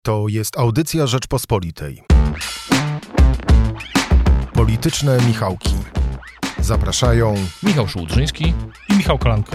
To jest audycja Rzeczpospolitej. Polityczne Michałki. Zapraszają Michał Szułdrzyński i Michał Kolanko.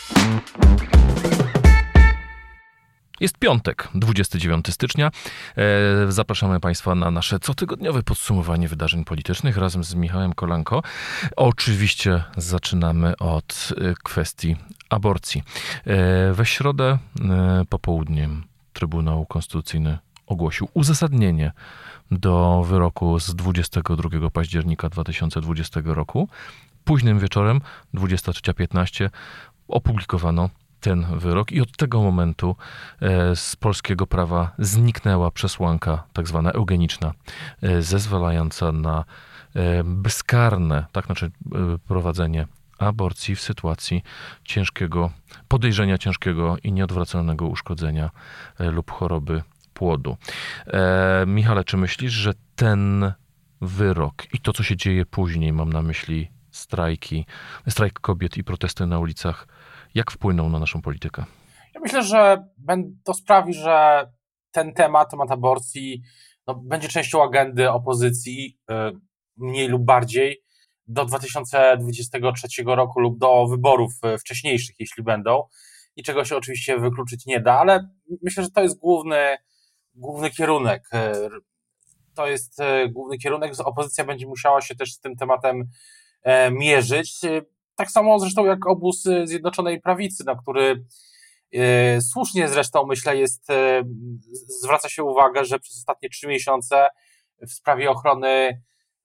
Jest piątek, 29 stycznia. Zapraszamy Państwa na nasze cotygodniowe podsumowanie wydarzeń politycznych razem z Michałem Kolanko. Oczywiście zaczynamy od kwestii aborcji. We środę popołudniem Trybunał Konstytucyjny ogłosił uzasadnienie do wyroku z 22 października 2020 roku. Późnym wieczorem, 23:15, opublikowano ten wyrok i od tego momentu z polskiego prawa zniknęła przesłanka tak zwana eugeniczna, zezwalająca na bezkarne, prowadzenie aborcji w sytuacji podejrzenia ciężkiego i nieodwracalnego uszkodzenia lub choroby płodu. Michale, czy myślisz, że ten wyrok i to, co się dzieje później, mam na myśli strajk kobiet i protesty na ulicach, jak wpłyną na naszą politykę? Ja myślę, że to sprawi, że ten temat aborcji będzie częścią agendy opozycji, mniej lub bardziej, do 2023 roku lub do wyborów wcześniejszych, jeśli będą, i czego się oczywiście wykluczyć nie da, ale myślę, że to jest główny kierunek. To jest główny kierunek, że opozycja będzie musiała się też z tym tematem mierzyć. Tak samo zresztą jak obóz Zjednoczonej Prawicy, na który słusznie zresztą, myślę, zwraca się uwagę, że przez ostatnie 3 miesiące w sprawie ochrony,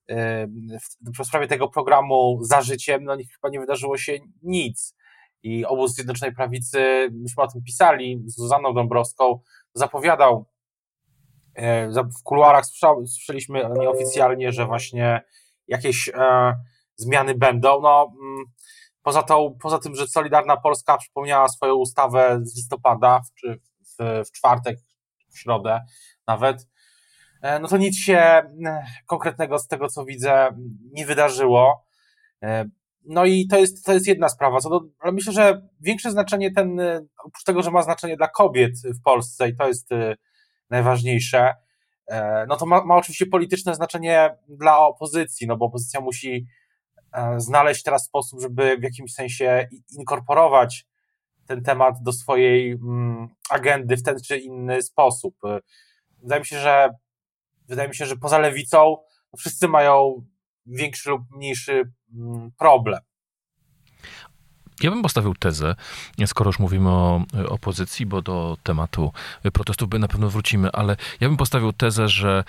w sprawie tego programu Za życiem, chyba nie wydarzyło się nic. I obóz Zjednoczonej Prawicy, myśmy o tym pisali z Zuzanną Dąbrowską, zapowiadał, w kuluarach słyszeliśmy nieoficjalnie, że właśnie jakieś zmiany będą. Poza tym, że Solidarna Polska przypomniała swoją ustawę z listopada, czy w czwartek, w środę nawet, to nic się konkretnego z tego, co widzę, nie wydarzyło. I to jest jedna sprawa. Ale myślę, że większe znaczenie oprócz tego, że ma znaczenie dla kobiet w Polsce i to jest najważniejsze, to ma oczywiście polityczne znaczenie dla opozycji, bo opozycja musi znaleźć teraz sposób, żeby w jakimś sensie inkorporować ten temat do swojej agendy w ten czy inny sposób. Wydaje mi się, że poza lewicą wszyscy mają większy lub mniejszy problem. Ja bym postawił tezę, skoro już mówimy o opozycji, bo do tematu protestów na pewno wrócimy, ale ja bym postawił tezę, że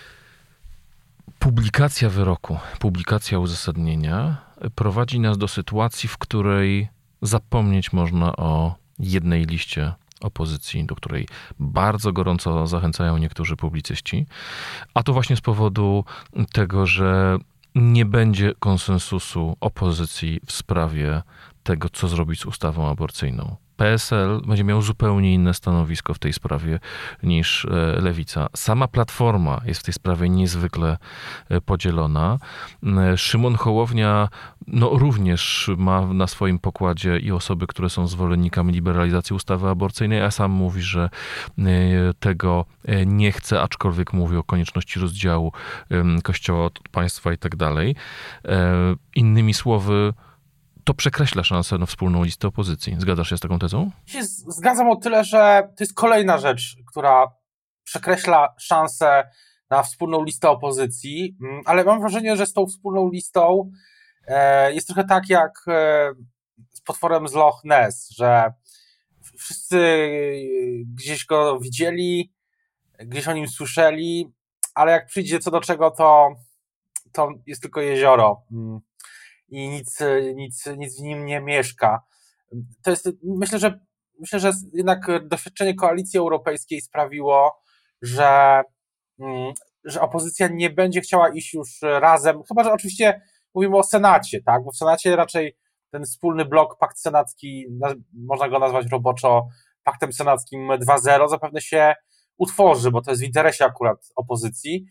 publikacja wyroku, publikacja uzasadnienia prowadzi nas do sytuacji, w której zapomnieć można o jednej liście opozycji, do której bardzo gorąco zachęcają niektórzy publicyści, a to właśnie z powodu tego, że nie będzie konsensusu opozycji w sprawie tego, co zrobić z ustawą aborcyjną. PSL będzie miał zupełnie inne stanowisko w tej sprawie niż Lewica. Sama Platforma jest w tej sprawie niezwykle podzielona. Szymon Hołownia również ma na swoim pokładzie i osoby, które są zwolennikami liberalizacji ustawy aborcyjnej, a sam mówi, że tego nie chce, aczkolwiek mówi o konieczności rozdziału Kościoła od państwa i tak dalej. Innymi słowy, to przekreśla szansę na wspólną listę opozycji. Zgadzasz się z taką tezą? Zgadzam o tyle, że to jest kolejna rzecz, która przekreśla szansę na wspólną listę opozycji, ale mam wrażenie, że z tą wspólną listą jest trochę tak jak z potworem z Loch Ness, że wszyscy gdzieś go widzieli, gdzieś o nim słyszeli, ale jak przyjdzie co do czego, to jest tylko jezioro i nic w nim nie mieszka. To jest, myślę, że jednak doświadczenie Koalicji Europejskiej sprawiło, że opozycja nie będzie chciała iść już razem, chyba że oczywiście mówimy o Senacie, tak? Bo w Senacie raczej ten wspólny blok, pakt senacki, można go nazwać roboczo paktem senackim 2.0, zapewne się utworzy, bo to jest w interesie akurat opozycji.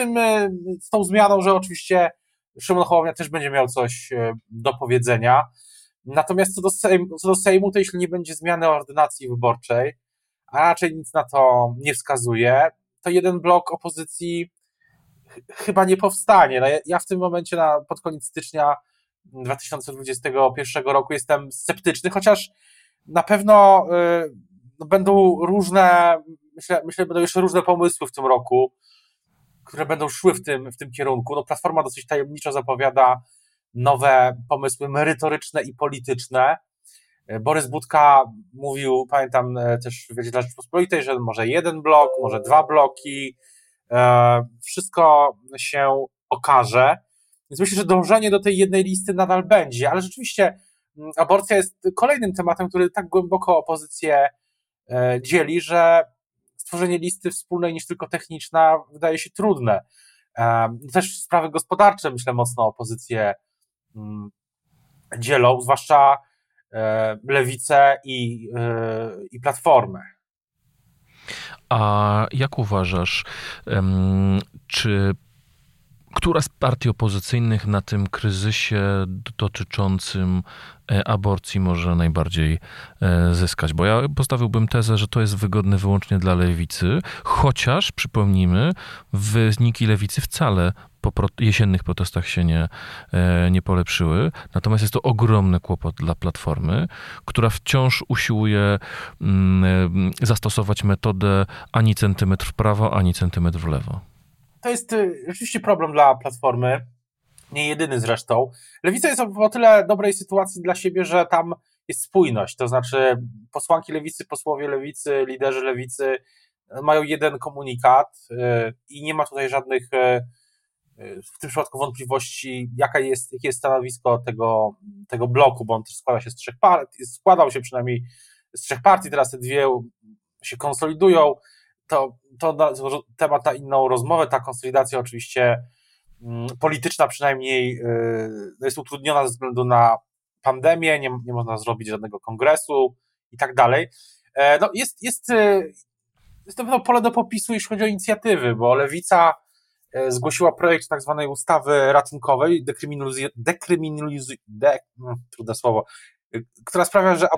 Z tą zmianą, że oczywiście Szymon Hołownia też będzie miał coś do powiedzenia. Natomiast co do Sejmu, to jeśli nie będzie zmiany ordynacji wyborczej, a raczej nic na to nie wskazuje, to jeden blok opozycji chyba nie powstanie. No ja w tym momencie pod koniec stycznia 2021 roku jestem sceptyczny, chociaż na pewno będą różne, myślę, będą jeszcze różne pomysły w tym roku, które będą szły w tym kierunku. No, Platforma dosyć tajemniczo zapowiada nowe pomysły merytoryczne i polityczne. Borys Budka mówił, pamiętam też w Wywiadzie dla Rzeczpospolitej, że może jeden blok, może dwa bloki. Wszystko się okaże. Więc myślę, że dążenie do tej jednej listy nadal będzie, ale rzeczywiście aborcja jest kolejnym tematem, który tak głęboko opozycję dzieli, że stworzenie listy wspólnej niż tylko techniczna wydaje się trudne. Też sprawy gospodarcze, myślę, mocno opozycję dzielą, zwłaszcza Lewicę i Platformę. A jak uważasz, czy która z partii opozycyjnych na tym kryzysie dotyczącym aborcji może najbardziej zyskać? Bo ja postawiłbym tezę, że to jest wygodne wyłącznie dla Lewicy, chociaż, przypomnijmy, wyniki Lewicy wcale po jesiennych protestach się nie polepszyły. Natomiast jest to ogromny kłopot dla Platformy, która wciąż usiłuje zastosować metodę ani centymetr w prawo, ani centymetr w lewo. To jest rzeczywiście problem dla Platformy, nie jedyny zresztą. Lewica jest o tyle dobrej sytuacji dla siebie, że tam jest spójność, to znaczy posłanki Lewicy, posłowie Lewicy, liderzy Lewicy mają jeden komunikat i nie ma tutaj żadnych w tym przypadku wątpliwości, jakie jest stanowisko tego bloku, bo on też składa się z trzech partii, składał się przynajmniej z trzech partii, teraz te dwie się konsolidują. To temat na inną rozmowę. Ta konsolidacja oczywiście polityczna przynajmniej jest utrudniona ze względu na pandemię, nie można zrobić żadnego kongresu i tak dalej. No jest na pewno pole do popisu, jeśli chodzi o inicjatywy, bo Lewica zgłosiła projekt tak zwanej ustawy ratunkowej, trudne słowo, która sprawia, że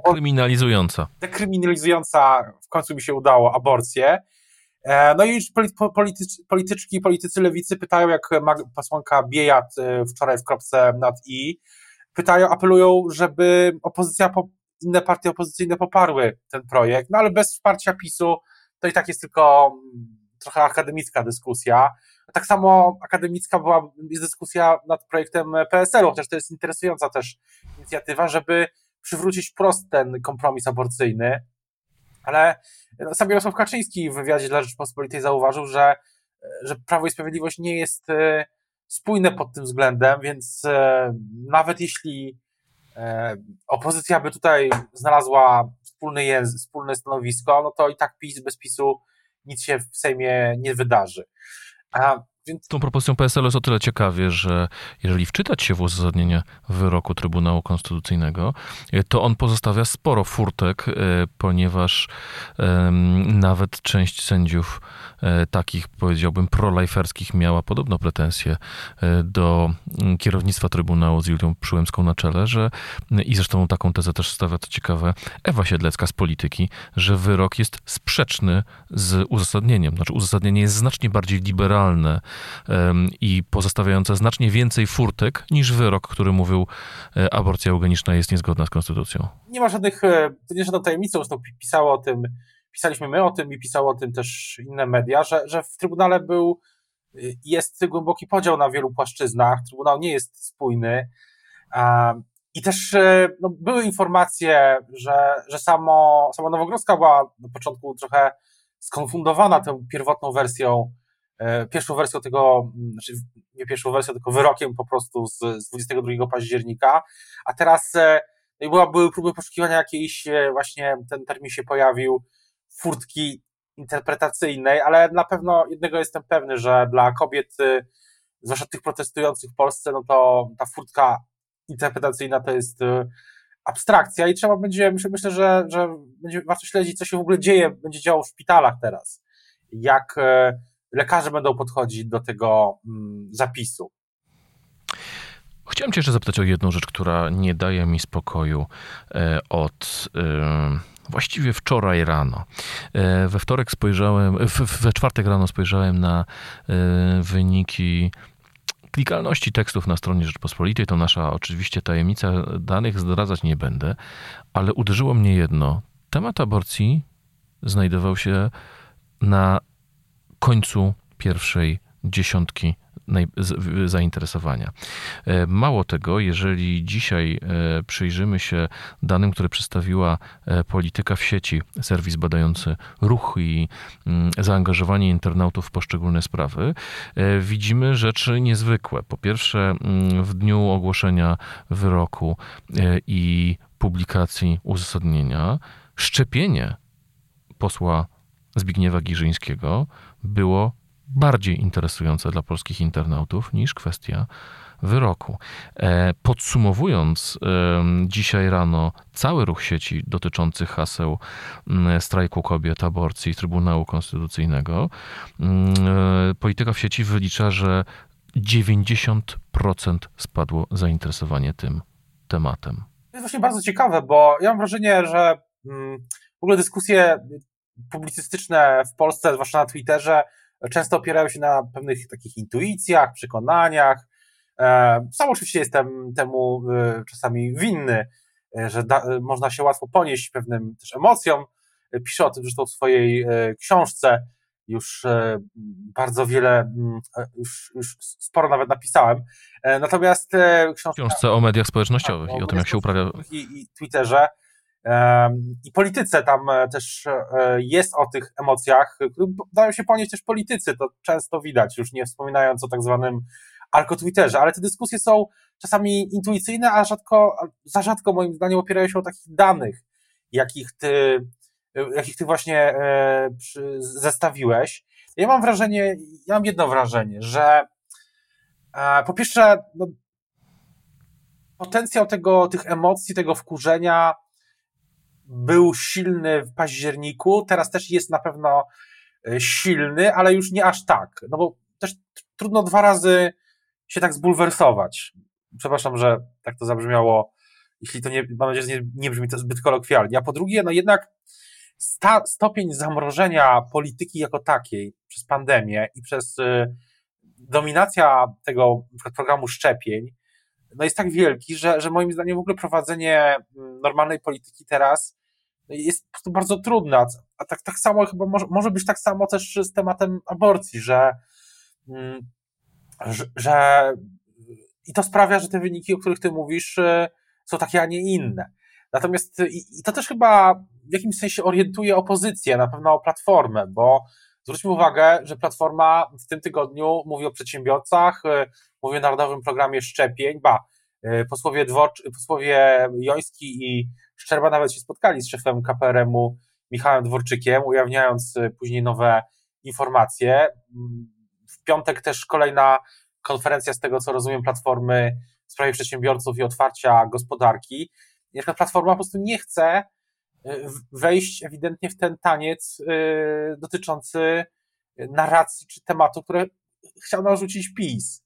dekryminalizująca w końcu mi się udało aborcję. No i polityczki i politycy Lewicy pytają, jak posłanka Biejat wczoraj w kropce nad i, apelują, żeby inne partie opozycyjne poparły ten projekt, no ale bez wsparcia PiS-u to i tak jest tylko trochę akademicka dyskusja. Tak samo akademicka jest dyskusja nad projektem PSL-u, chociaż to jest interesująca też inicjatywa, żeby przywrócić wprost ten kompromis aborcyjny. Ale sam Jarosław Kaczyński w wywiadzie dla Rzeczpospolitej zauważył, że Prawo i Sprawiedliwość nie jest spójne pod tym względem, więc nawet jeśli opozycja by tutaj znalazła wspólne stanowisko, no to i tak bez PiS-u nic się w Sejmie nie wydarzy. Więc... Tą propozycją PSL jest o tyle ciekawie, że jeżeli wczytać się w uzasadnienie wyroku Trybunału Konstytucyjnego, to on pozostawia sporo furtek, ponieważ nawet część sędziów takich, powiedziałbym, prolajferskich miała podobno pretensje do kierownictwa Trybunału z Julią Przyłębską na czele, i zresztą taką tezę też stawia, to ciekawe, Ewa Siedlecka z Polityki, że wyrok jest sprzeczny z uzasadnieniem. Znaczy uzasadnienie jest znacznie bardziej liberalne i pozostawiające znacznie więcej furtek niż wyrok, który mówił, aborcja eugeniczna jest niezgodna z konstytucją. Nie ma żadnych, to nie żadną tajemnicą, zresztą pisaliśmy my o tym i pisało o tym też inne media, że w Trybunale jest głęboki podział na wielu płaszczyznach, Trybunał nie jest spójny i też były informacje, że sama Nowogrodzka była na początku trochę skonfundowana tą pierwotną wersją, pierwszą wersją tego, znaczy nie pierwszą wersją, tylko wyrokiem po prostu z 22 października, a teraz były próby poszukiwania jakiejś, właśnie ten termin się pojawił, furtki interpretacyjnej, ale na pewno jednego jestem pewny, że dla kobiet, zwłaszcza tych protestujących w Polsce, no to ta furtka interpretacyjna to jest abstrakcja i trzeba będzie, myślę, że będzie warto śledzić, co się w ogóle będzie działo w szpitalach teraz, jak lekarze będą podchodzić do tego zapisu. Chciałem cię jeszcze zapytać o jedną rzecz, która nie daje mi spokoju od właściwie wczoraj rano. We czwartek rano spojrzałem na wyniki klikalności tekstów na stronie Rzeczpospolitej. To nasza oczywiście tajemnica, danych zdradzać nie będę, ale uderzyło mnie jedno. Temat aborcji znajdował się na końcu pierwszej dziesiątki zainteresowania. Mało tego, jeżeli dzisiaj przyjrzymy się danym, które przedstawiła Polityka w sieci, serwis badający ruch i zaangażowanie internautów w poszczególne sprawy, widzimy rzeczy niezwykłe. Po pierwsze, w dniu ogłoszenia wyroku i publikacji uzasadnienia, szczepienie posła Zbigniewa Girzyńskiego było bardziej interesujące dla polskich internautów niż kwestia wyroku. Podsumowując dzisiaj rano cały ruch sieci dotyczący haseł strajku kobiet, aborcji, Trybunału Konstytucyjnego, Polityka w sieci wylicza, że 90% spadło zainteresowanie tym tematem. To jest właśnie bardzo ciekawe, bo ja mam wrażenie, że w ogóle dyskusje publicystyczne w Polsce, zwłaszcza na Twitterze, często opierają się na pewnych takich intuicjach, przekonaniach. Sam oczywiście jestem temu czasami winny, że można się łatwo ponieść pewnym też emocjom. Piszę o tym zresztą w swojej książce. Już bardzo wiele, już sporo nawet napisałem. Natomiast książce o mediach społecznościowych i o tym, jak się uprawia. I Twitterze. I polityce tam też jest o tych emocjach, które dają się ponieść też politycy, to często widać, już nie wspominając o tak zwanym alko-Twitterze, ale te dyskusje są czasami intuicyjne, a za rzadko moim zdaniem opierają się o takich danych, jakich ty właśnie zestawiłeś. Ja mam jedno wrażenie, że po pierwsze potencjał tych emocji, tego wkurzenia był silny w październiku, teraz też jest na pewno silny, ale już nie aż tak, no bo też trudno 2 razy się tak zbulwersować. Przepraszam, że tak to zabrzmiało, jeśli to mam nadzieję, że nie brzmi to zbyt kolokwialnie. A po drugie, jednak stopień zamrożenia polityki jako takiej przez pandemię i przez dominacja tego na przykład programu szczepień, jest tak wielki, że moim zdaniem w ogóle prowadzenie normalnej polityki teraz jest po prostu bardzo trudne, a tak samo chyba może być tak samo też z tematem aborcji, że i to sprawia, że te wyniki, o których ty mówisz, są takie, a nie inne. Natomiast i to też chyba w jakimś sensie orientuje opozycję, na pewno Platformę, bo zwróćmy uwagę, że Platforma w tym tygodniu mówi o przedsiębiorcach, mówi o Narodowym Programie Szczepień, posłowie Joński i Szczerba nawet się spotkali z szefem KPRM-u Michałem Dworczykiem, ujawniając później nowe informacje. W piątek też kolejna konferencja, z tego co rozumiem, Platformy w sprawie przedsiębiorców i otwarcia gospodarki. I na przykład Platforma po prostu nie chce wejść ewidentnie w ten taniec dotyczący narracji czy tematu, które chciał narzucić PiS.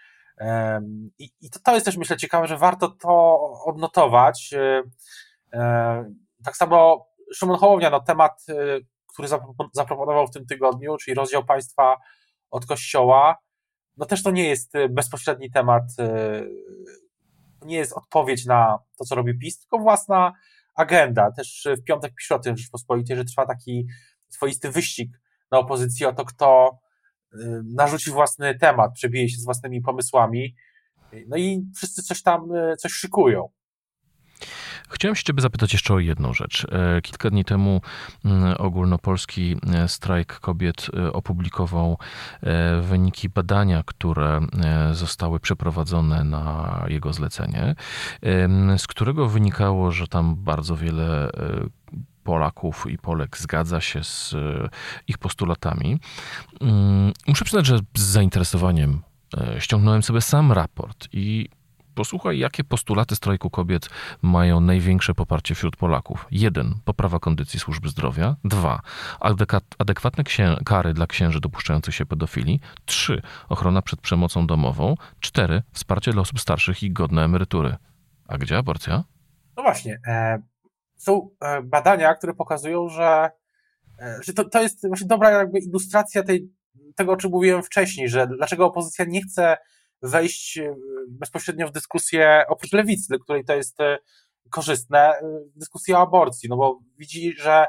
I to jest też, myślę, ciekawe, że warto to odnotować. Tak samo Szymon Hołownia, temat, który zaproponował w tym tygodniu, czyli rozdział państwa od Kościoła, też to nie jest bezpośredni temat, nie jest odpowiedź na to, co robi PiS, tylko własna agenda. Też w piątek pisze o tym Rzeczpospolitej, że trwa taki swoisty wyścig na opozycji o to, kto narzuci własny temat, przebije się z własnymi pomysłami, i wszyscy coś szykują. Chciałem się ciebie zapytać jeszcze o jedną rzecz. Kilka dni temu ogólnopolski strajk kobiet opublikował wyniki badania, które zostały przeprowadzone na jego zlecenie, z którego wynikało, że tam bardzo wiele Polaków i Polek zgadza się z ich postulatami. Muszę przyznać, że z zainteresowaniem ściągnąłem sobie sam raport i posłuchaj, jakie postulaty strajku kobiet mają największe poparcie wśród Polaków. 1. Poprawa kondycji służby zdrowia. 2. Adekwatne kary dla księży dopuszczających się pedofilii. 3. Ochrona przed przemocą domową. 4. Wsparcie dla osób starszych i godne emerytury. A gdzie aborcja? No właśnie. są badania, które pokazują, że to jest właśnie dobra jakby ilustracja tego, o czym mówiłem wcześniej, że dlaczego opozycja nie chce wejść bezpośrednio w dyskusję oprócz lewicy, dla której to jest korzystne, dyskusję o aborcji, no bo widzi, że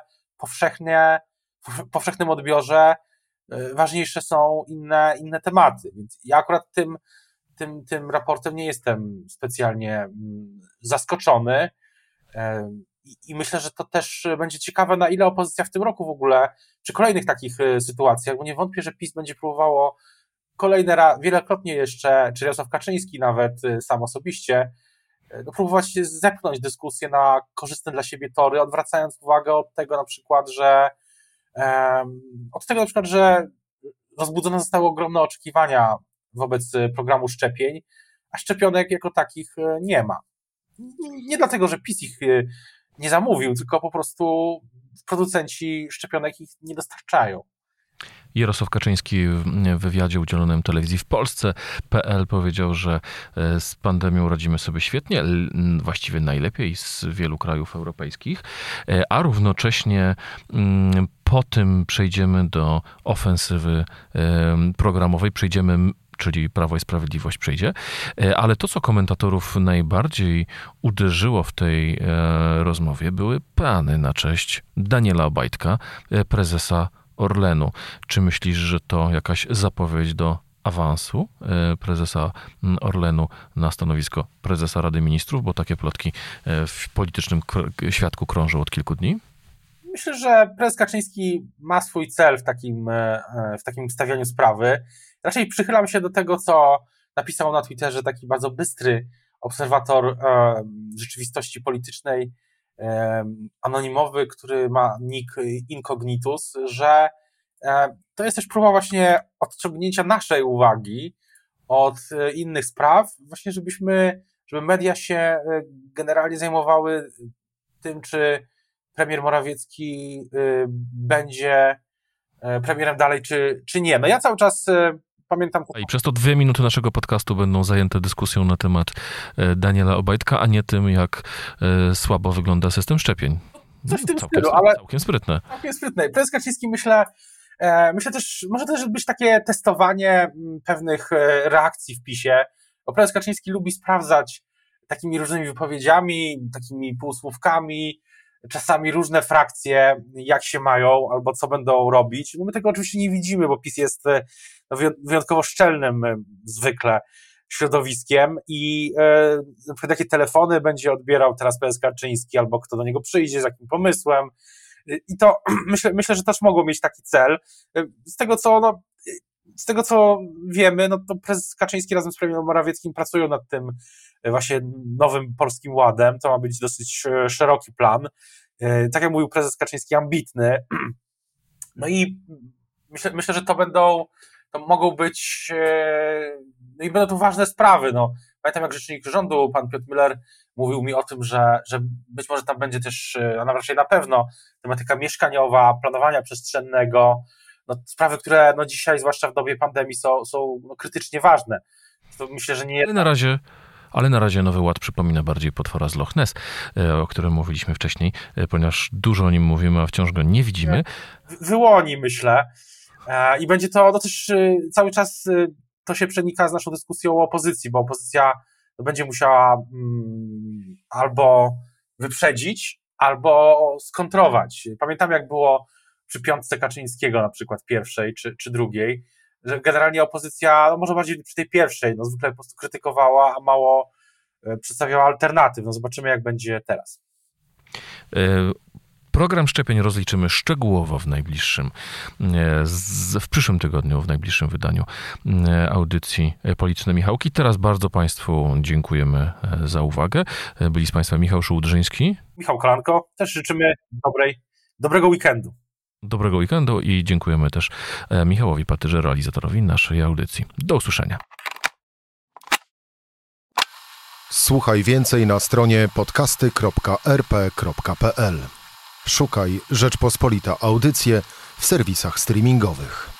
w powszechnym odbiorze ważniejsze są inne tematy, więc ja akurat tym raportem nie jestem specjalnie zaskoczony i myślę, że to też będzie ciekawe, na ile opozycja w tym roku w ogóle, przy kolejnych takich sytuacjach, bo nie wątpię, że PiS będzie próbowało wielokrotnie jeszcze, czy Jarosław Kaczyński nawet sam osobiście, próbować zepchnąć dyskusję na korzystne dla siebie tory, odwracając uwagę od tego na przykład, że rozbudzone zostały ogromne oczekiwania wobec programu szczepień, a szczepionek jako takich nie ma. Nie dlatego, że PiS ich nie zamówił, tylko po prostu producenci szczepionek ich nie dostarczają. Jarosław Kaczyński w wywiadzie udzielonym telewizji w Polsce.pl powiedział, że z pandemią radzimy sobie świetnie, właściwie najlepiej z wielu krajów europejskich, a równocześnie po tym przejdziemy do ofensywy programowej, czyli Prawo i Sprawiedliwość przejdzie, ale to, co komentatorów najbardziej uderzyło w tej rozmowie, były peany na cześć Daniela Obajtka, prezesa Orlenu. Czy myślisz, że to jakaś zapowiedź do awansu prezesa Orlenu na stanowisko prezesa Rady Ministrów, bo takie plotki w politycznym świadku krążą od kilku dni? Myślę, że prezes Kaczyński ma swój cel w takim stawianiu sprawy. Raczej przychylam się do tego, co napisał na Twitterze taki bardzo bystry obserwator rzeczywistości politycznej, anonimowy, który ma nick Incognitus, że to jest też próba właśnie odciągnięcia naszej uwagi od innych spraw, właśnie żeby media się generalnie zajmowały tym, czy premier Morawiecki będzie premierem dalej, czy nie. No ja cały czas pamiętam... I przez to 2 minuty naszego podcastu będą zajęte dyskusją na temat Daniela Obajtka, a nie tym, jak słabo wygląda system szczepień. Coś w tym stylu, ale... Całkiem sprytne. Całkiem sprytne. Prezes Kaczyński, myślę też, może też być takie testowanie pewnych reakcji w PiS-ie, bo prezes Kaczyński lubi sprawdzać takimi różnymi wypowiedziami, takimi półsłówkami, czasami różne frakcje, jak się mają, albo co będą robić. My tego oczywiście nie widzimy, bo PiS jest wyjątkowo szczelnym zwykle środowiskiem i na przykład jakie telefony będzie odbierał teraz prezes Kaczyński, albo kto do niego przyjdzie, z jakim pomysłem. I to myślę, że też mogło mieć taki cel. Z tego co wiemy, no to prezes Kaczyński razem z premierem Morawieckim pracują nad tym właśnie nowym Polskim Ładem. To ma być dosyć szeroki plan. Tak jak mówił prezes Kaczyński, ambitny. No i myślę, że to mogą być, no i będą to ważne sprawy. No. Pamiętam, jak rzecznik rządu, pan Piotr Müller, mówił mi o tym, że być może tam będzie też, a raczej na pewno, tematyka mieszkaniowa, planowania przestrzennego, no, sprawy, które no, dzisiaj, zwłaszcza w dobie pandemii, są no, krytycznie ważne. To myślę, że nie... Ale na razie Nowy Ład przypomina bardziej potwora z Loch Ness, o którym mówiliśmy wcześniej, ponieważ dużo o nim mówimy, a wciąż go nie widzimy. Wyłoni, myślę. I będzie to też cały czas to się przenika z naszą dyskusją o opozycji, bo opozycja będzie musiała albo wyprzedzić, albo skontrować. Pamiętam, jak było przy piątce Kaczyńskiego, na przykład pierwszej czy drugiej, że generalnie opozycja, no może bardziej przy tej pierwszej, no zwykle po prostu krytykowała, a mało przedstawiała alternatyw. No zobaczymy, jak będzie teraz. Program szczepień rozliczymy szczegółowo w przyszłym tygodniu, w najbliższym wydaniu audycji Polityczne Michałki. Teraz bardzo Państwu dziękujemy za uwagę. Byli z Państwem Michał Szułdrzyński. Michał Kolanko. Też życzymy dobrego weekendu. Dobrego weekendu i dziękujemy też Michałowi Patyrze, realizatorowi naszej audycji. Do usłyszenia. Słuchaj więcej na stronie podcasty.rp.pl. Szukaj Rzeczpospolita Audycje w serwisach streamingowych.